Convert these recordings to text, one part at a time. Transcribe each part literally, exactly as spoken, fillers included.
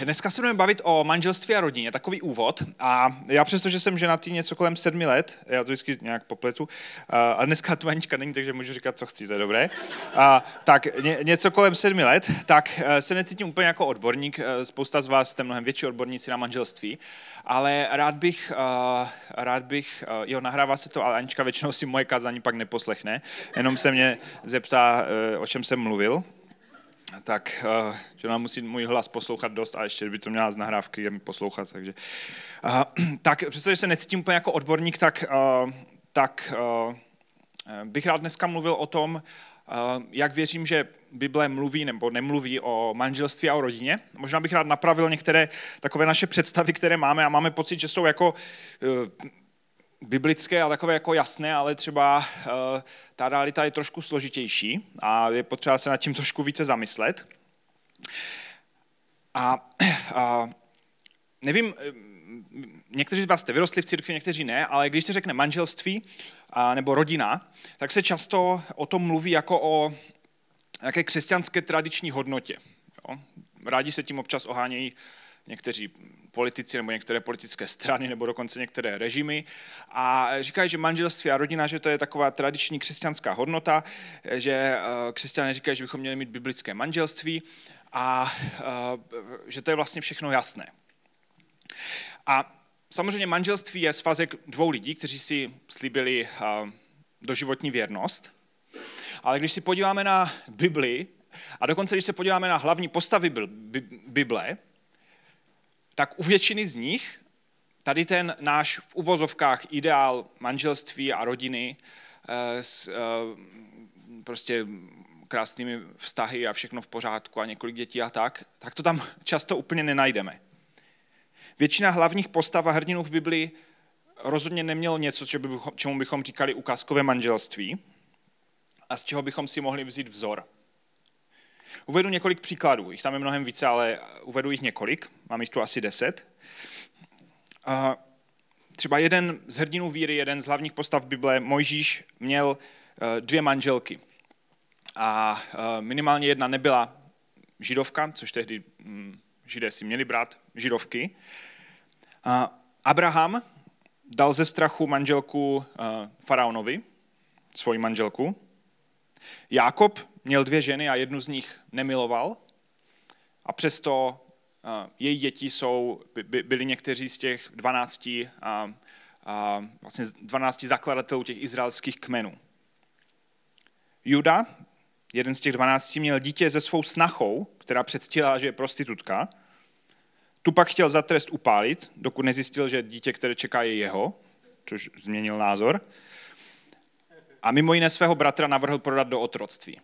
Dneska se budeme bavit o manželství a rodině, takový úvod. A já přesto, že jsem ženatý něco kolem sedmi let, já to vždycky nějak popletu, a dneska tu Anička není, takže můžu říkat, co chci, to je dobré. A, tak ně, něco kolem sedmi let, tak se necítím úplně jako odborník, spousta z vás jste mnohem větší odborníci na manželství, ale rád bych, rád bych, jo, nahrává se to, ale Anička většinou si moje kázání pak neposlechne, jenom se mě zeptá, o čem jsem mluvil. Tak, uh, že nám musí můj hlas poslouchat dost a ještě by to měla z nahrávky mi poslouchat. Takže. Uh, tak přestože se necítím úplně jako odborník, tak, uh, tak uh, bych rád dneska mluvil o tom, uh, jak věřím, že Bible mluví nebo nemluví o manželství a o rodině. Možná bych rád napravil některé takové naše představy, které máme a máme pocit, že jsou jako uh, biblické a takové jako jasné, ale třeba uh, ta realita je trošku složitější a je potřeba se nad tím trošku více zamyslet. A uh, nevím, někteří z vás jste vyrostli v církvi, někteří ne, ale když se řekne manželství uh, nebo rodina, tak se často o tom mluví jako o nějaké křesťanské tradiční hodnotě. Jo? Rádi se tím občas ohánějí někteří politici nebo některé politické strany nebo dokonce některé režimy a říkají, že manželství a rodina, že to je taková tradiční křesťanská hodnota, že křesťané říkají, že bychom měli mít biblické manželství a že to je vlastně všechno jasné. A samozřejmě manželství je svazek dvou lidí, kteří si slíbili doživotní věrnost, ale když si podíváme na Bibli a dokonce když se podíváme na hlavní postavy Bible, tak u většiny z nich tady ten náš v uvozovkách ideál manželství a rodiny s prostě krásnými vztahy a všechno v pořádku a několik dětí a tak, tak to tam často úplně nenajdeme. Většina hlavních postav a hrdinů v Biblii rozhodně nemělo něco, čemu bychom říkali ukázkové manželství a z čeho bychom si mohli vzít vzor. Uvedu několik příkladů, jich tam je mnohem více, ale uvedu jich několik, mám jich tu asi deset. Třeba jeden z hrdinů víry, jeden z hlavních postav Bible, Mojžíš, měl dvě manželky. A minimálně jedna nebyla židovka, což tehdy židé si měli brát židovky. Abraham dal ze strachu manželku faraonovi, svoji manželku. Jákob měl dvě ženy a jednu z nich nemiloval a přesto uh, její děti jsou, by, byli někteří z těch dvanácti, uh, uh, vlastně dvanácti zakladatelů těch izraelských kmenů. Juda, jeden z těch dvanácti, měl dítě se svou snachou, která předstírala, že je prostitutka. Tu pak chtěl za trest upálit, dokud nezjistil, že dítě, které čeká, je jeho, což změnil názor. A mimo jiné svého bratra navrhl prodat do otroctví.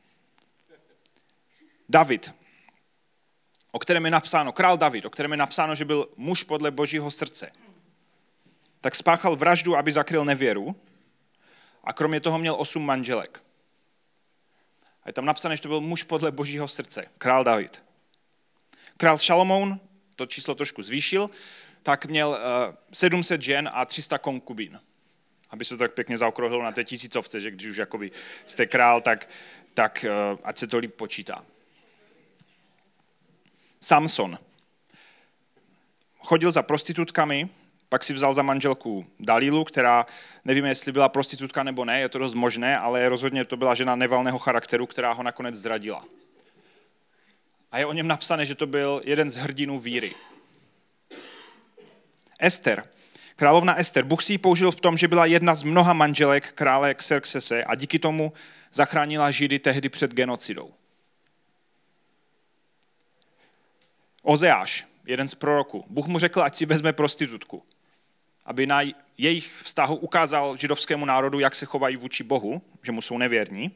David, o kterém je napsáno, král David, o kterém je napsáno, že byl muž podle Božího srdce, tak spáchal vraždu, aby zakryl nevěru a kromě toho měl osm manželek. A je tam napsané, že to byl muž podle Božího srdce, král David. Král Šalomoun, to číslo trošku zvýšil, tak měl uh, sedm set žen a tři sta konkubín. Aby se to tak pěkně zaokrouhlilo na té tisícovce, že když už jakoby jste král, tak, tak uh, ať se to líp počítá. Samson chodil za prostitutkami, pak si vzal za manželku Dalilu, která, nevíme, jestli byla prostitutka nebo ne, je to dost možné, ale rozhodně to byla žena nevalného charakteru, která ho nakonec zradila. A je o něm napsané, že to byl jeden z hrdinů víry. Ester, královna Ester, Bůh si ji použil v tom, že byla jedna z mnoha manželek krále Xerxese a díky tomu zachránila Židy tehdy před genocidou. Ozeáš, jeden z proroků, Bůh mu řekl, ať si vezme prostitutku, aby na jejich vztahu ukázal židovskému národu, jak se chovají vůči Bohu, že mu jsou nevěrní.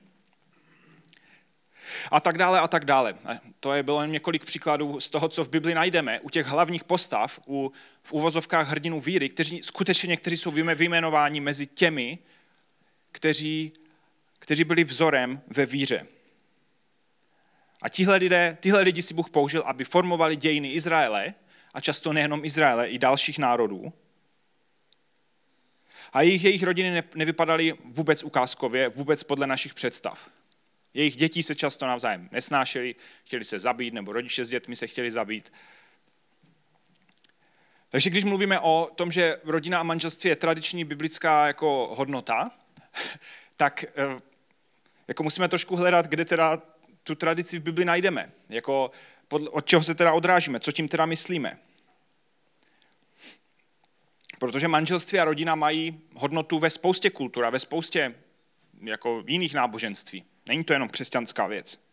A tak dále, a tak dále. To je bylo jen několik příkladů z toho, co v Bibli najdeme. U těch hlavních postav, u, v uvozovkách hrdinů víry, kteří skutečně někteří jsou vyjmenováni mezi těmi, kteří, kteří byli vzorem ve víře. A tihle, lidé, tihle lidi si Bůh použil, aby formovali dějiny Izraele, a často nejenom Izraele, i dalších národů. A jejich, jejich rodiny ne, nevypadaly vůbec ukázkově, vůbec podle našich představ. Jejich děti se často navzájem nesnášeli, chtěli se zabít, nebo rodiče s dětmi se chtěli zabít. Takže když mluvíme o tom, že rodina a manželství je tradiční biblická jako hodnota, tak jako musíme trošku hledat, kde teda tu tradici v Bibli najdeme. Jako od čeho se teda odrážíme, co tím teda myslíme. Protože manželství a rodina mají hodnotu ve spoustě kultur a ve spoustě jako jiných náboženství. Není to jenom křesťanská věc.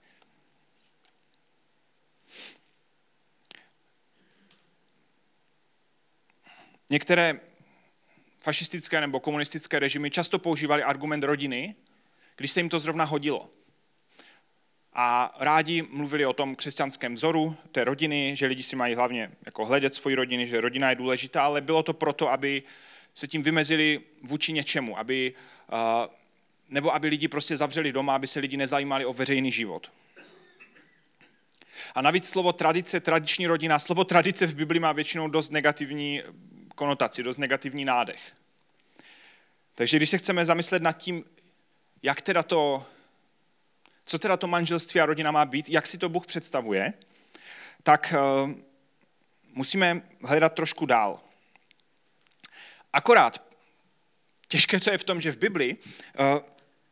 Některé fašistické nebo komunistické režimy často používali argument rodiny, když se jim to zrovna hodilo. A rádi mluvili o tom křesťanském vzoru té rodiny, že lidi si mají hlavně jako hledět svoji rodiny, že rodina je důležitá, ale bylo to proto, aby se tím vymezili vůči něčemu, aby, nebo aby lidi prostě zavřeli doma, aby se lidi nezajímali o veřejný život. A navíc slovo tradice, tradiční rodina, slovo tradice v Bibli má většinou dost negativní konotaci, dost negativní nádech. Takže když se chceme zamyslet nad tím, jak teda to, co teda to manželství a rodina má být, jak si to Bůh představuje, tak uh, musíme hledat trošku dál. Akorát, těžké to je v tom, že v Bibli, uh,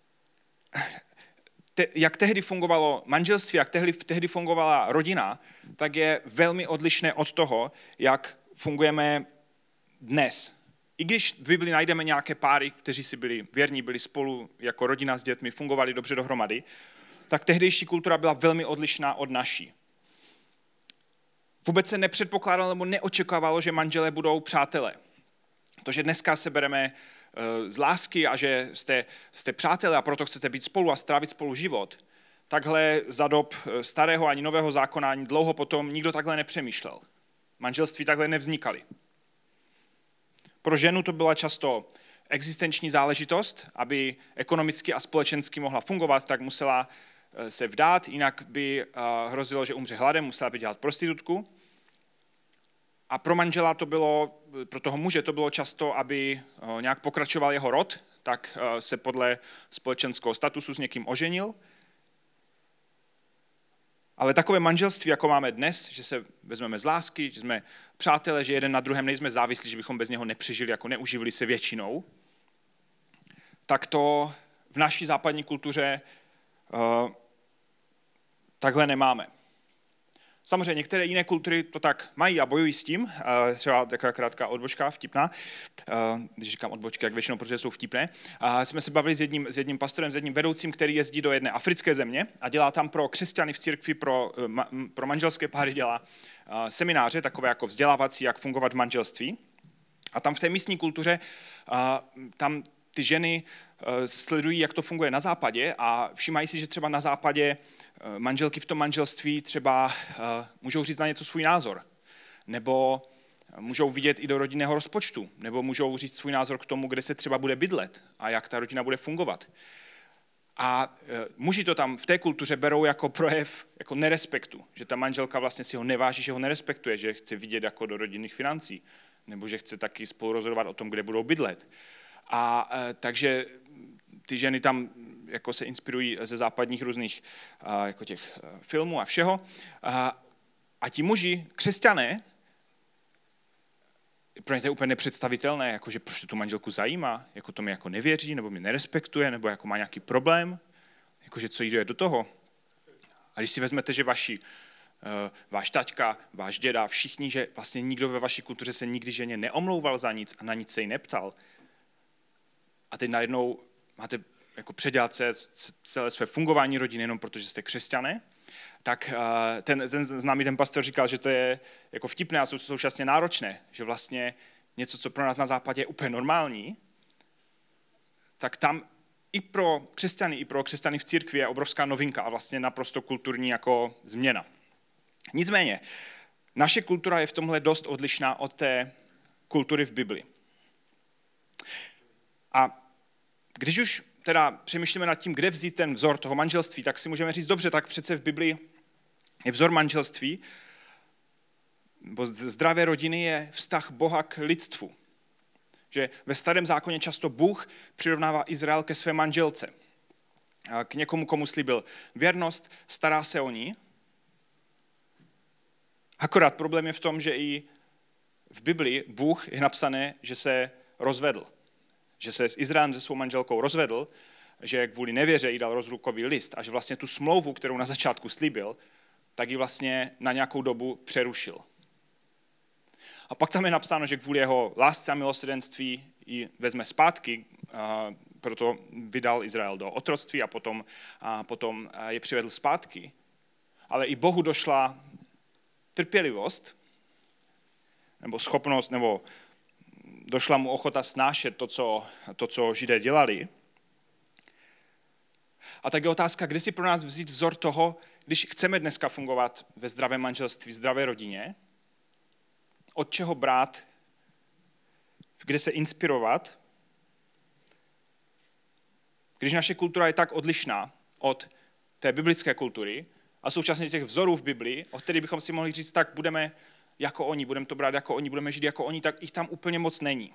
te, jak tehdy fungovalo manželství, jak tehdy, tehdy fungovala rodina, tak je velmi odlišné od toho, jak fungujeme dnes. I když v Bibli najdeme nějaké páry, kteří si byli věrní, byli spolu jako rodina s dětmi, fungovali dobře dohromady, tak tehdejší kultura byla velmi odlišná od naší. Vůbec se nepředpokládalo nebo neočekávalo, že manželé budou přátelé. To, že dneska se bereme z lásky a že jste, jste přátelé a proto chcete být spolu a strávit spolu život, takhle za dob starého ani nového zákona, ani dlouho potom nikdo takhle nepřemýšlel. Manželství takhle nevznikaly. Pro ženu to byla často existenční záležitost, aby ekonomicky a společensky mohla fungovat, tak musela se vdát, jinak by hrozilo, že umře hladem, musela by dělat prostitutku. A pro manžela to bylo, pro toho muže to bylo často, aby nějak pokračoval jeho rod, tak se podle společenského statusu s někým oženil. Ale takové manželství, jako máme dnes, že se vezmeme z lásky, že jsme přátelé, že jeden na druhém nejsme závislí, že bychom bez něho nepřežili, jako neuživili se většinou, tak to v naší západní kultuře uh, takhle nemáme. Samozřejmě některé jiné kultury to tak mají a bojují s tím, uh, třeba taková krátká odbočka, vtipná, uh, když říkám odbočky, jak většinou, protože jsou vtipné. Uh, jsme se bavili s jedním, s jedním pastorem, s jedním vedoucím, který jezdí do jedné africké země a dělá tam pro křesťany v církvi, pro, uh, pro manželské páry dělá uh, semináře, takové jako vzdělávací, jak fungovat v manželství. A tam v té místní kultuře, uh, tam ty ženy uh, sledují, jak to funguje na západě a všímají si, že třeba na západě manželky v tom manželství třeba uh, můžou říct na něco svůj názor, nebo můžou vidět i do rodinného rozpočtu, nebo můžou říct svůj názor k tomu, kde se třeba bude bydlet a jak ta rodina bude fungovat. A uh, muži to tam v té kultuře berou jako projev jako nerespektu, že ta manželka vlastně si ho neváží, že ho nerespektuje, že chce vidět jako do rodinných financí, nebo že chce taky spolu rozhodovat o tom, kde budou bydlet. A uh, takže ty ženy tam jako se inspirují ze západních různých uh, jako těch uh, filmů a všeho. Uh, a ti muži, křesťané, pro ně to je úplně nepředstavitelné, jako že proč to tu manželku zajímá, jako to mi jako nevěří, nebo mě nerespektuje, nebo jako má nějaký problém, jakože co jde do toho. A když si vezmete, že vaši, uh, váš taťka, váš děda, všichni, že vlastně nikdo ve vaší kultuře se nikdy ženě neomlouval za nic a na nic se jí neptal. A teď najednou máte jako předělat se celé své fungování rodiny jenom protože jste křesťané, tak ten, ten známý ten pastor říkal, že to je jako vtipné a současně náročné, že vlastně něco, co pro nás na západě je úplně normální, tak tam i pro křesťany, i pro křesťany v církvi je obrovská novinka a vlastně naprosto kulturní jako změna. Nicméně, naše kultura je v tomhle dost odlišná od té kultury v Bibli. A když už teda přemýšlíme nad tím, kde vzít ten vzor toho manželství, tak si můžeme říct, dobře, tak přece v Biblii je vzor manželství, bo zdravé rodiny je vztah Boha k lidstvu. Že ve starém zákoně často Bůh přirovnává Izrael ke své manželce. K někomu, komu slíbil věrnost, stará se o ní. Akorát problém je v tom, že i v Biblii Bůh je napsané, že se rozvedl. Že se s Izraelem se svou manželkou rozvedl, že kvůli nevěře jí dal rozlukový list a že vlastně tu smlouvu, kterou na začátku slíbil, tak ji vlastně na nějakou dobu přerušil. A pak tam je napsáno, že kvůli jeho lásce a milosrdenství ji vezme zpátky, a proto vydal Izrael do otroctví a potom, a potom je přivedl zpátky. Ale i Bohu došla trpělivost, nebo schopnost, nebo došla mu ochota snášet to, co, to, co Židé dělali. A tak je otázka, kdy si pro nás vzít vzor toho, když chceme dneska fungovat ve zdravém manželství, zdravé rodině, od čeho brát, kde se inspirovat, když naše kultura je tak odlišná od té biblické kultury a současně těch vzorů v Biblii, od kterých bychom si mohli říct, tak budeme jako oni, budeme to brát jako oni, budeme žít jako oni, tak jich tam úplně moc není.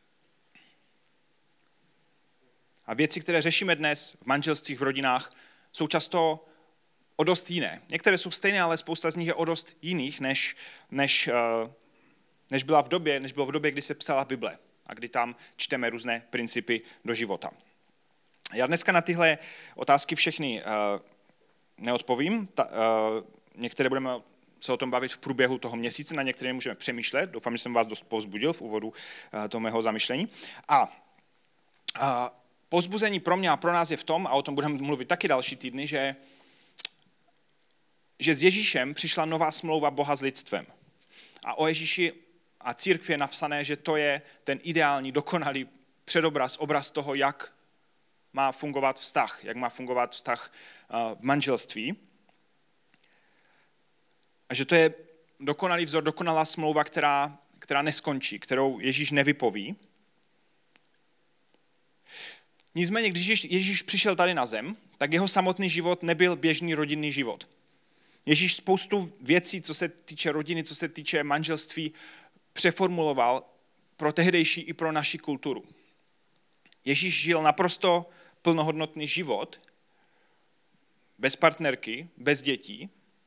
A věci, které řešíme dnes v manželstvích, v rodinách, jsou často o dost jiné. Některé jsou stejné, ale spousta z nich je o dost jiných, než, než, než, byla v době, než bylo v době, kdy se psala Bible a kdy tam čteme různé principy do života. Já dneska na tyhle otázky všechny neodpovím. Ta, některé budeme se o tom bavit v průběhu toho měsíce, na některé můžeme přemýšlet. Doufám, že jsem vás dost povzbudil v úvodu toho mého zamyšlení. A, a povzbuzení pro mě a pro nás je v tom, a o tom budeme mluvit taky další týdny, že, že s Ježíšem přišla nová smlouva Boha s lidstvem. A o Ježíši a církvi je napsané, že to je ten ideální, dokonalý předobraz, obraz toho, jak má fungovat vztah, jak má fungovat vztah v manželství. A že to je dokonalý vzor, dokonalá smlouva, která, která neskončí, kterou Ježíš nevypoví. Nicméně, když Ježíš přišel tady na zem, tak jeho samotný život nebyl běžný rodinný život. Ježíš spoustu věcí, co se týče rodiny, co se týče manželství, přeformuloval pro tehdejší i pro naši kulturu. Ježíš žil naprosto plnohodnotný život, bez partnerky, bez dětí,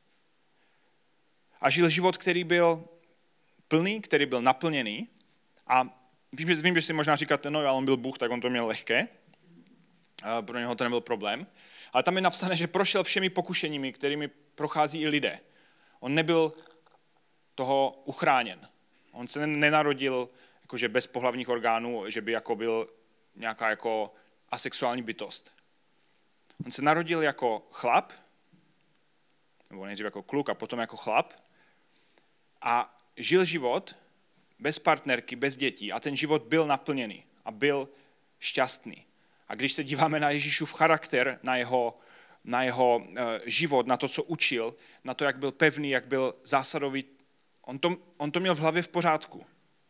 a žil život, který byl plný, který byl naplněný. A vím, že, vím, že si možná říkáte, no ale on byl Bůh, tak on to měl lehké. Pro něho to nebyl problém. Ale tam je napsané, že prošel všemi pokušeními, kterými prochází i lidé. On nebyl toho uchráněn. On se nenarodil jakože bez pohlavních orgánů, že by jako byl nějaká jako asexuální bytost. On se narodil jako chlap, nebo nejdřív jako kluk a potom jako chlap, a žil život bez partnerky, bez dětí a ten život byl naplněný a byl šťastný. A když se díváme na Ježíšův charakter, na jeho, na jeho uh, život, na to, co učil, na to, jak byl pevný, jak byl zásadový, on to, on to měl v hlavě v pořádku.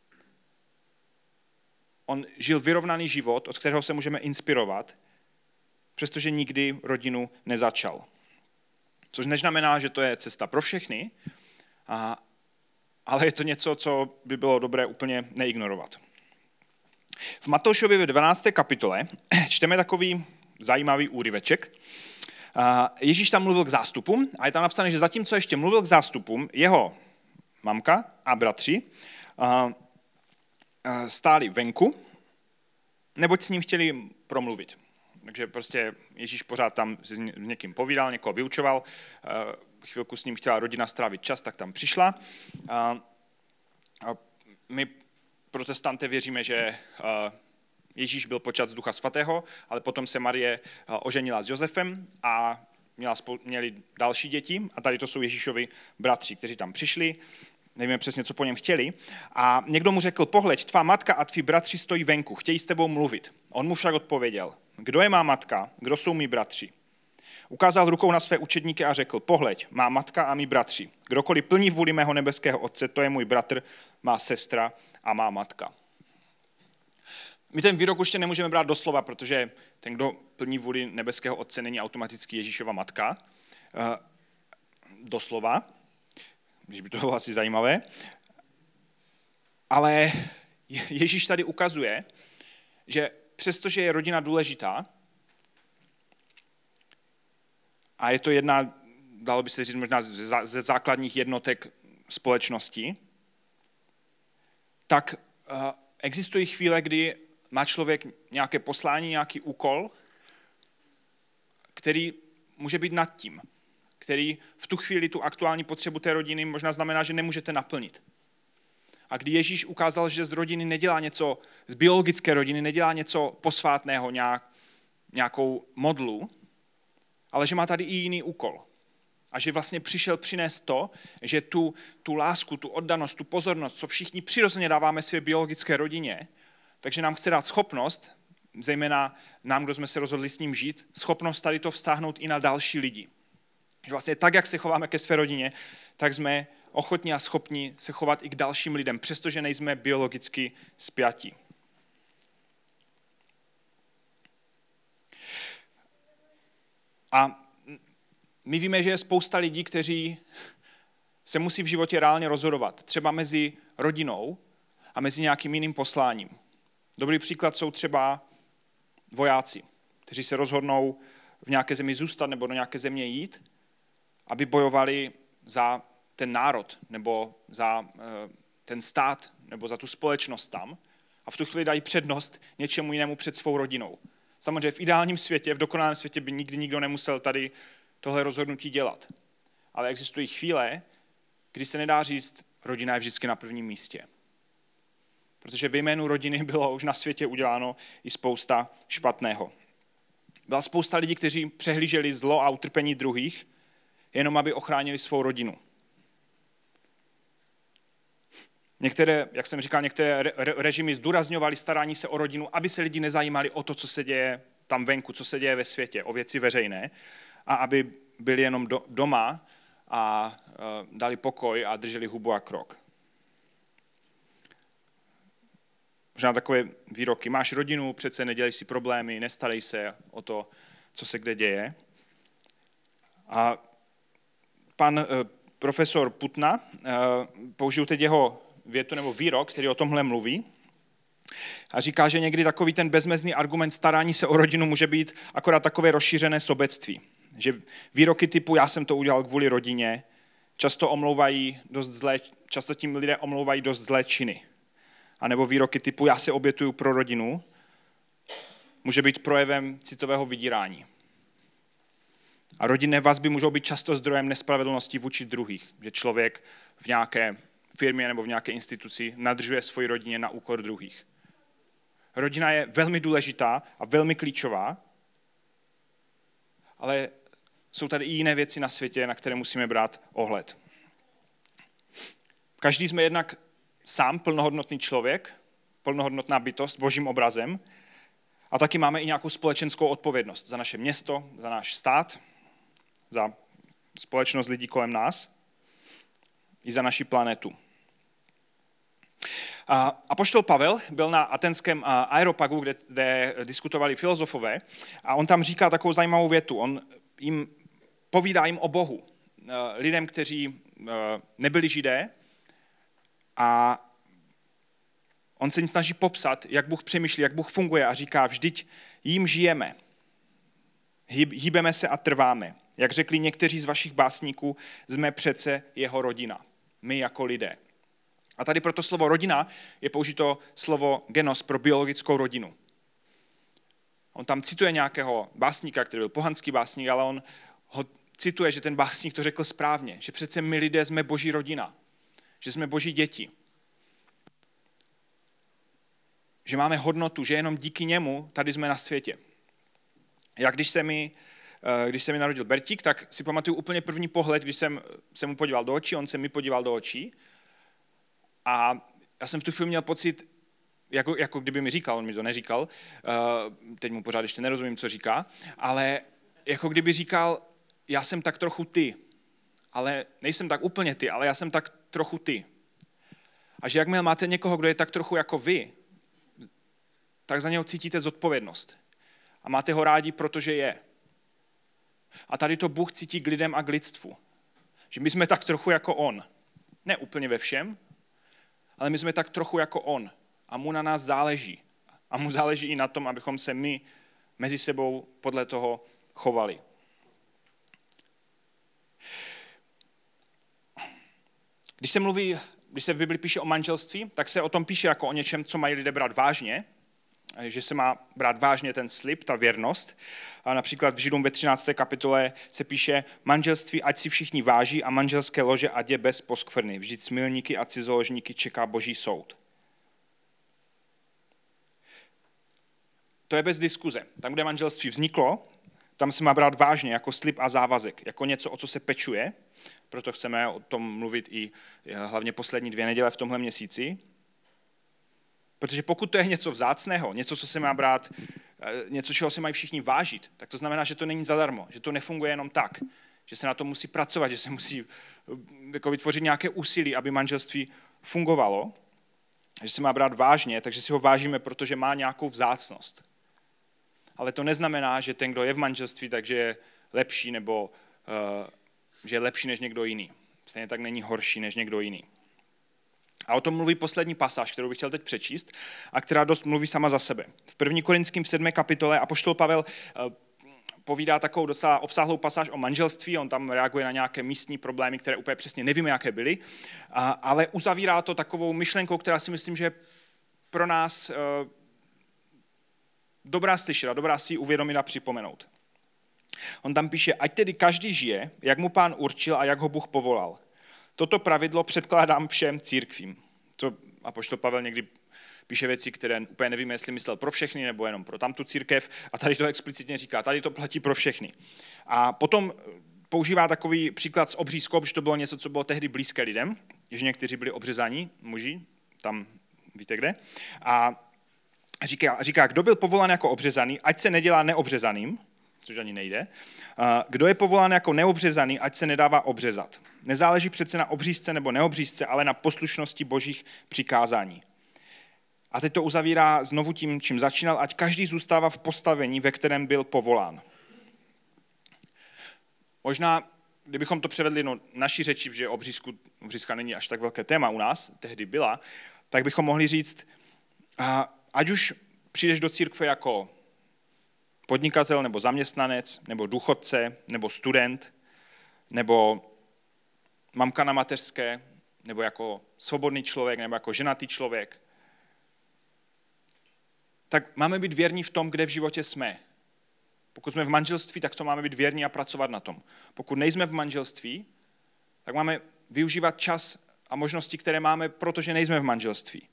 On žil vyrovnaný život, od kterého se můžeme inspirovat, přestože nikdy rodinu nezačal. Což neznamená, že to je cesta pro všechny, a, ale je to něco, co by bylo dobré úplně neignorovat. V Matoušově ve dvanácté kapitole čteme takový zajímavý úryveček. Ježíš tam mluvil k zástupům a je tam napsané, že zatímco ještě mluvil k zástupům, jeho mamka a bratři stáli venku, neboť s ním chtěli promluvit. Takže prostě Ježíš pořád tam s někým povídal, někoho vyučoval, chvilku s ním chtěla rodina strávit čas, tak tam přišla. My protestanté věříme, že Ježíš byl počat z Ducha Svatého, ale potom se Marie oženila s Josefem a měla spolu, měli další děti a tady to jsou Ježíšovi bratři, kteří tam přišli, nevíme přesně, co po něm chtěli. A někdo mu řekl, pohleď, tvá matka a tví bratři stojí venku, chtějí s tebou mluvit. On mu však odpověděl, kdo je má matka, kdo jsou mý bratři? Ukázal rukou na své učedníky a řekl, pohleď, má matka a mý bratři. Kdokoliv plní vůli mého nebeského Otce, to je můj bratr, má sestra a má matka. My ten výrok už nemůžeme brát doslova, protože ten, kdo plní vůli nebeského Otce, není automaticky Ježíšova matka. Doslova, když by to bylo asi zajímavé. Ale Ježíš tady ukazuje, že přestože je rodina důležitá, a je to jedna, dalo by se říct možná ze základních jednotek společnosti, tak uh, existují chvíle, kdy má člověk nějaké poslání, nějaký úkol, který může být nad tím, který v tu chvíli tu aktuální potřebu té rodiny možná znamená, že nemůžete naplnit. A kdy Ježíš ukázal, že z rodiny nedělá něco, z biologické rodiny nedělá něco posvátného, nějak, nějakou modlu, ale že má tady i jiný úkol. A že vlastně přišel přinést to, že tu, tu lásku, tu oddanost, tu pozornost, co všichni přirozeně dáváme své biologické rodině, takže nám chce dát schopnost, zejména nám, kdo jsme se rozhodli s ním žít, schopnost tady to vztáhnout i na další lidi. Že vlastně tak, jak se chováme ke své rodině, tak jsme ochotní a schopni se chovat i k dalším lidem, přestože nejsme biologicky spjatí. A my víme, že je spousta lidí, kteří se musí v životě reálně rozhodovat. Třeba mezi rodinou a mezi nějakým jiným posláním. Dobrý příklad jsou třeba vojáci, kteří se rozhodnou v nějaké zemi zůstat nebo do nějaké země jít, aby bojovali za ten národ nebo za ten stát nebo za tu společnost tam a v tu chvíli dají přednost něčemu jinému před svou rodinou. Samozřejmě v ideálním světě, v dokonalém světě by nikdy nikdo nemusel tady tohle rozhodnutí dělat. Ale existují chvíle, kdy se nedá říct, rodina je vždycky na prvním místě. Protože ve jménu rodiny bylo už na světě uděláno i spousta špatného. Byla spousta lidí, kteří přehlíželi zlo a utrpení druhých, jenom aby ochránili svou rodinu. Některé, jak jsem říkal, některé režimy zdůrazňovaly starání se o rodinu, aby se lidi nezajímali o to, co se děje tam venku, co se děje ve světě, o věci veřejné, a aby byli jenom do, doma a uh, dali pokoj a drželi hubu a krok. Možná takové výroky. Máš rodinu, přece nedělej si problémy, nestarej se o to, co se kde děje. A pan uh, profesor Putna, uh, použiju teď jeho větu nebo výrok, který o tomhle mluví, a říká, že někdy takový ten bezmezný argument starání se o rodinu může být akorát takové rozšířené sobectví. Že výroky typu já jsem to udělal kvůli rodině často omlouvají dost zlé, často tím lidé omlouvají dost zlé činy. A nebo výroky typu já se obětuju pro rodinu může být projevem citového vydírání. A rodinné vazby můžou být často zdrojem nespravedlnosti vůči druhých, že člověk v nějaké firmě nebo v nějaké instituci nadržuje svoji rodině na úkor druhých. Rodina je velmi důležitá a velmi klíčová, ale jsou tady i jiné věci na světě, na které musíme brát ohled. Každý jsme jednak sám plnohodnotný člověk, plnohodnotná bytost božím obrazem a taky máme i nějakou společenskou odpovědnost za naše město, za náš stát, za společnost lidí kolem nás i za naši planetu. Apoštol Pavel byl na atenském Areopagu, kde, kde diskutovali filozofové, a on tam říká takovou zajímavou větu. On jim povídá jim o Bohu, lidem, kteří nebyli Židé, a on se jim snaží popsat, jak Bůh přemýšlí, jak Bůh funguje, a říká, vždyť jím žijeme, hýbeme se a trváme. Jak řekli někteří z vašich básníků, jsme přece jeho rodina, my jako lidé. A tady proto slovo rodina je použito slovo genos pro biologickou rodinu. On tam cituje nějakého básníka, který byl pohanský básník, ale on ho cituje, že ten básník to řekl správně, že přece my lidé jsme boží rodina, že jsme boží děti. Že máme hodnotu, že jenom díky němu tady jsme na světě. Jak když se mi, když se mi narodil Bertík, tak si pamatuju úplně první pohled, když jsem se mu podíval do očí, on se mi podíval do očí. A já jsem v tu chvíli měl pocit, jako, jako kdyby mi říkal, on mi to neříkal, teď mu pořád ještě nerozumím, co říká, ale jako kdyby říkal, já jsem tak trochu ty, ale nejsem tak úplně ty, ale já jsem tak trochu ty. A že jakmile máte někoho, kdo je tak trochu jako vy, tak za něho cítíte zodpovědnost. A máte ho rádi, protože je. A tady to Bůh cítí k lidem a k lidstvu. Že my jsme tak trochu jako on. Ne úplně ve všem, ale my jsme tak trochu jako on. A mu na nás záleží. A mu záleží i na tom, abychom se my mezi sebou podle toho chovali. Když se mluví když se v Bibli píše o manželství, tak se o tom píše jako o něčem, co mají lidé brát vážně, že se má brát vážně ten slib, ta věrnost. A například v Židům ve třinácté kapitole se píše manželství, ať si všichni váží a manželské lože, ať je bez poskvrny. Vždyť smilníky a cizoložníky čeká boží soud. To je bez diskuze. Tam, kde manželství vzniklo, tam se má brát vážně jako slib a závazek, jako něco, o co se pečuje. Proto chceme o tom mluvit i hlavně poslední dvě neděle v tomhle měsíci. Protože pokud to je něco vzácného, něco, co se má brát, něco, čeho se mají všichni vážit, tak to znamená, že to není zadarmo, že to nefunguje jenom tak, že se na to musí pracovat, že se musí jako vytvořit nějaké úsilí, aby manželství fungovalo, že se má brát vážně, takže si ho vážíme, protože má nějakou vzácnost. Ale to neznamená, že ten, kdo je v manželství, takže je lepší nebo uh, že je lepší než někdo jiný. Stejně tak není horší než někdo jiný. A o tom mluví poslední pasáž, kterou bych chtěl teď přečíst a která dost mluví sama za sebe. V první Korinským v sedmé kapitole apoštol Pavel uh, povídá takovou docela obsáhlou pasáž o manželství, on tam reaguje na nějaké místní problémy, které úplně přesně nevíme, jaké byly, a, ale uzavírá to takovou myšlenkou, která si myslím, že je pro nás uh, dobrá slyšet a dobrá si ji uvědomit a připomenout. On tam píše, ať tedy každý žije, jak mu Pán určil a jak ho Bůh povolal. Toto pravidlo předkládám všem církvím. Co apoštol Pavel někdy píše věci, které úplně nevíme, jestli myslel pro všechny nebo jenom pro tamtu církev, a tady to explicitně říká, tady to platí pro všechny. A potom používá takový příklad z obřízkou, že to bylo něco, co bylo tehdy blízké lidem, že někteří byli obřezaní, muži, tam víte kde, a říká, říká, kdo byl povolán jako obřezaný, ať se nedělá neobřezaným, což ani nejde. Kdo je povolán jako neobřezaný, ať se nedává obřezat. Nezáleží přece na obřízce nebo neobřízce, ale na poslušnosti božích přikázání. A teď to uzavírá znovu tím, čím začínal, ať každý zůstává v postavení, ve kterém byl povolán. Možná, kdybychom to převedli no, naší řeči, že obřízku, obřízka není až tak velké téma u nás, tehdy byla, tak bychom mohli říct, ať už přijdeš do církve jako podnikatel nebo zaměstnanec, nebo důchodce, nebo student, nebo mamka na mateřské, nebo jako svobodný člověk, nebo jako ženatý člověk, tak máme být věrní v tom, kde v životě jsme. Pokud jsme v manželství, tak to máme být věrní a pracovat na tom. Pokud nejsme v manželství, tak máme využívat čas a možnosti, které máme, protože nejsme v manželství.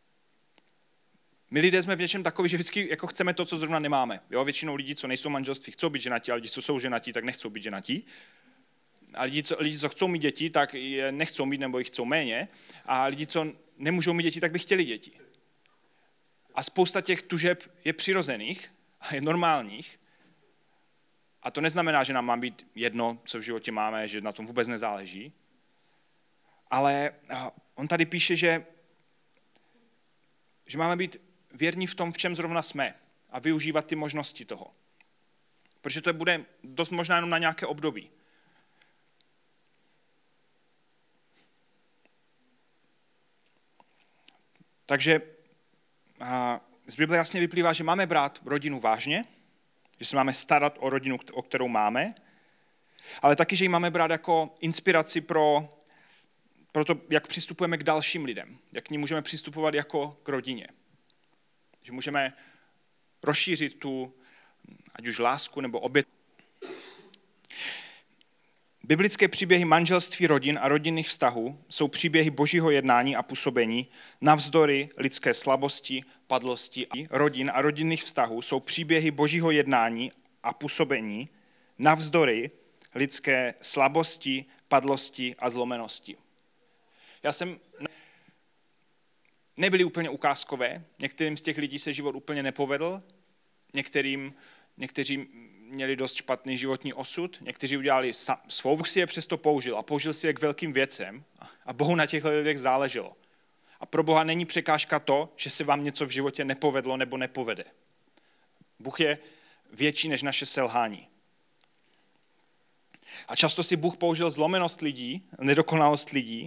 My lidé jsme v něčem takový, že vždycky jako chceme to, co zrovna nemáme. Jo? Většinou lidí, co nejsou v manželství, chcou být ženatí, a lidi, co jsou ženatí, tak nechcou být ženatí. A lidi, co, lidi, co chcou mít děti, tak je nechcou mít nebo jich chcou méně. A lidi, co nemůžou mít děti, tak by chtěli děti. A spousta těch tužeb je přirozených a je normálních. A to neznamená, že nám má být jedno, co v životě máme, že na tom vůbec nezáleží. Ale on tady píše, že, že máme být věrní v tom, v čem zrovna jsme a využívat ty možnosti toho. Protože to bude dost možná jenom na nějaké období. Takže z Bible jasně vyplývá, že máme brát rodinu vážně, že se máme starat o rodinu, o kterou máme, ale taky, že ji máme brát jako inspiraci pro, pro to, jak přistupujeme k dalším lidem, jak k ní můžeme přistupovat jako k rodině. Že můžeme rozšířit tu, ať už lásku nebo oběť. Biblické příběhy manželství, rodin a rodinných vztahů jsou příběhy božího jednání a působení navzdory lidské slabosti, padlosti. Rodin a rodinných vztahů jsou příběhy božího jednání a působení navzdory lidské slabosti, padlosti a zlomenosti. Já jsem nebyly úplně ukázkové, některým z těch lidí se život úplně nepovedl, některým, někteří měli dost špatný životní osud, někteří udělali svou, Bůh si je přesto použil a použil si je k velkým věcem a Bohu na těchto lidech záleželo. A pro Boha není překážka to, že se vám něco v životě nepovedlo nebo nepovede. Bůh je větší než naše selhání. A často si Bůh použil zlomenost lidí, nedokonalost lidí,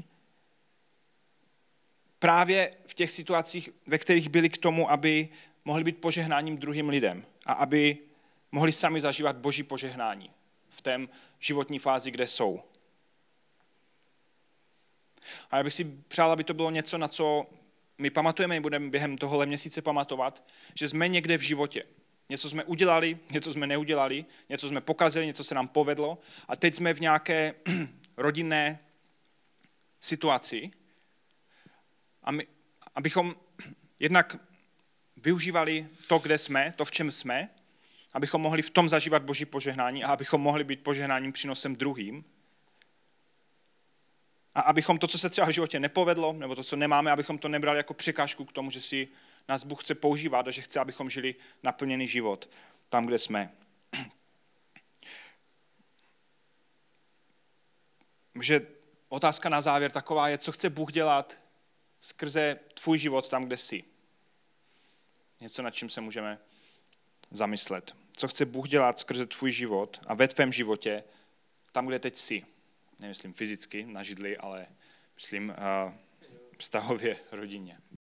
právě v těch situacích, ve kterých byli k tomu, aby mohli být požehnáním druhým lidem a aby mohli sami zažívat boží požehnání v té životní fázi, kde jsou. A já bych si přál, aby to bylo něco, na co my pamatujeme, budeme během tohohle měsíce pamatovat, že jsme někde v životě. Něco jsme udělali, něco jsme neudělali, něco jsme pokazili, něco se nám povedlo a teď jsme v nějaké rodinné situaci. A my, abychom jednak využívali to, kde jsme, to, v čem jsme, abychom mohli v tom zažívat Boží požehnání a abychom mohli být požehnáním přínosem druhým. A abychom to, co se třeba v životě nepovedlo, nebo to, co nemáme, abychom to nebrali jako překážku k tomu, že si nás Bůh chce používat a že chce, abychom žili naplněný život tam, kde jsme. Takže otázka na závěr taková je, co chce Bůh dělat skrze tvůj život tam, kde jsi. Něco, nad čím se můžeme zamyslet. Co chce Bůh dělat skrze tvůj život a ve tvém životě tam, kde teď jsi. Nemyslím fyzicky na židli, ale myslím uh, vztahově rodině.